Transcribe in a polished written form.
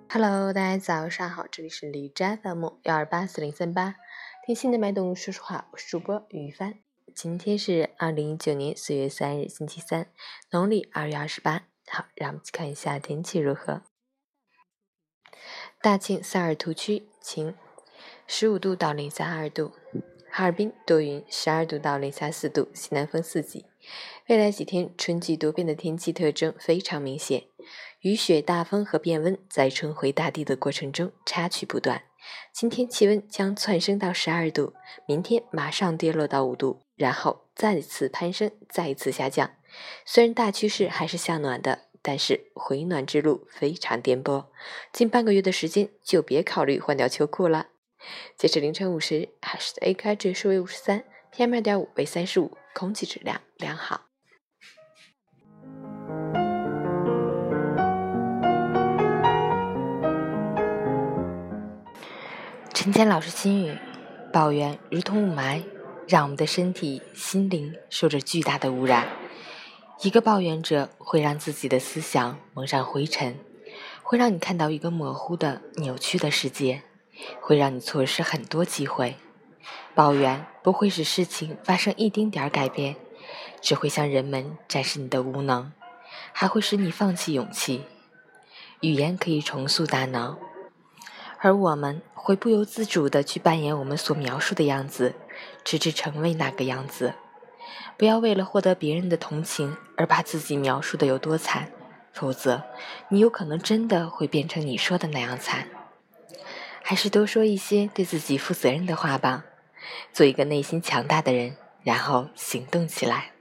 Hello， 大家早上好，这里是荔枝 FM1284038，听心的脉动，说实话，我是主播于帆。今天是2019年4月3日，星期三，农历2月28。好，让我们去看一下天气如何。大庆萨尔图区晴，15度到零下2度；哈尔滨多云，12度到零下4度，西南风4级。未来几天春季多变的天气特征非常明显，雨雪大风和变温在春回大地的过程中插曲不断。今天气温将窜升到12度，明天马上跌落到5度，然后再次攀升，再一次下降。虽然大趋势还是向暖的，但是回暖之路非常颠簸，近半个月的时间就别考虑换掉秋裤了。截至凌晨5时，海市的 AQI 指数为53 ，PM2.5 为35，空气质量良好。陈坚老师心语：抱怨如同雾霾，让我们的身体、心灵受着巨大的污染。一个抱怨者会让自己的思想蒙上灰尘，会让你看到一个模糊的、扭曲的世界，会让你错失很多机会。抱怨不会使事情发生一丁点儿改变，只会向人们展示你的无能，还会使你放弃勇气。语言可以重塑大脑，而我们会不由自主地去扮演我们所描述的样子，直至成为那个样子。不要为了获得别人的同情而把自己描述的有多惨，否则你有可能真的会变成你说的那样惨。还是多说一些对自己负责任的话吧，做一个内心强大的人，然后行动起来。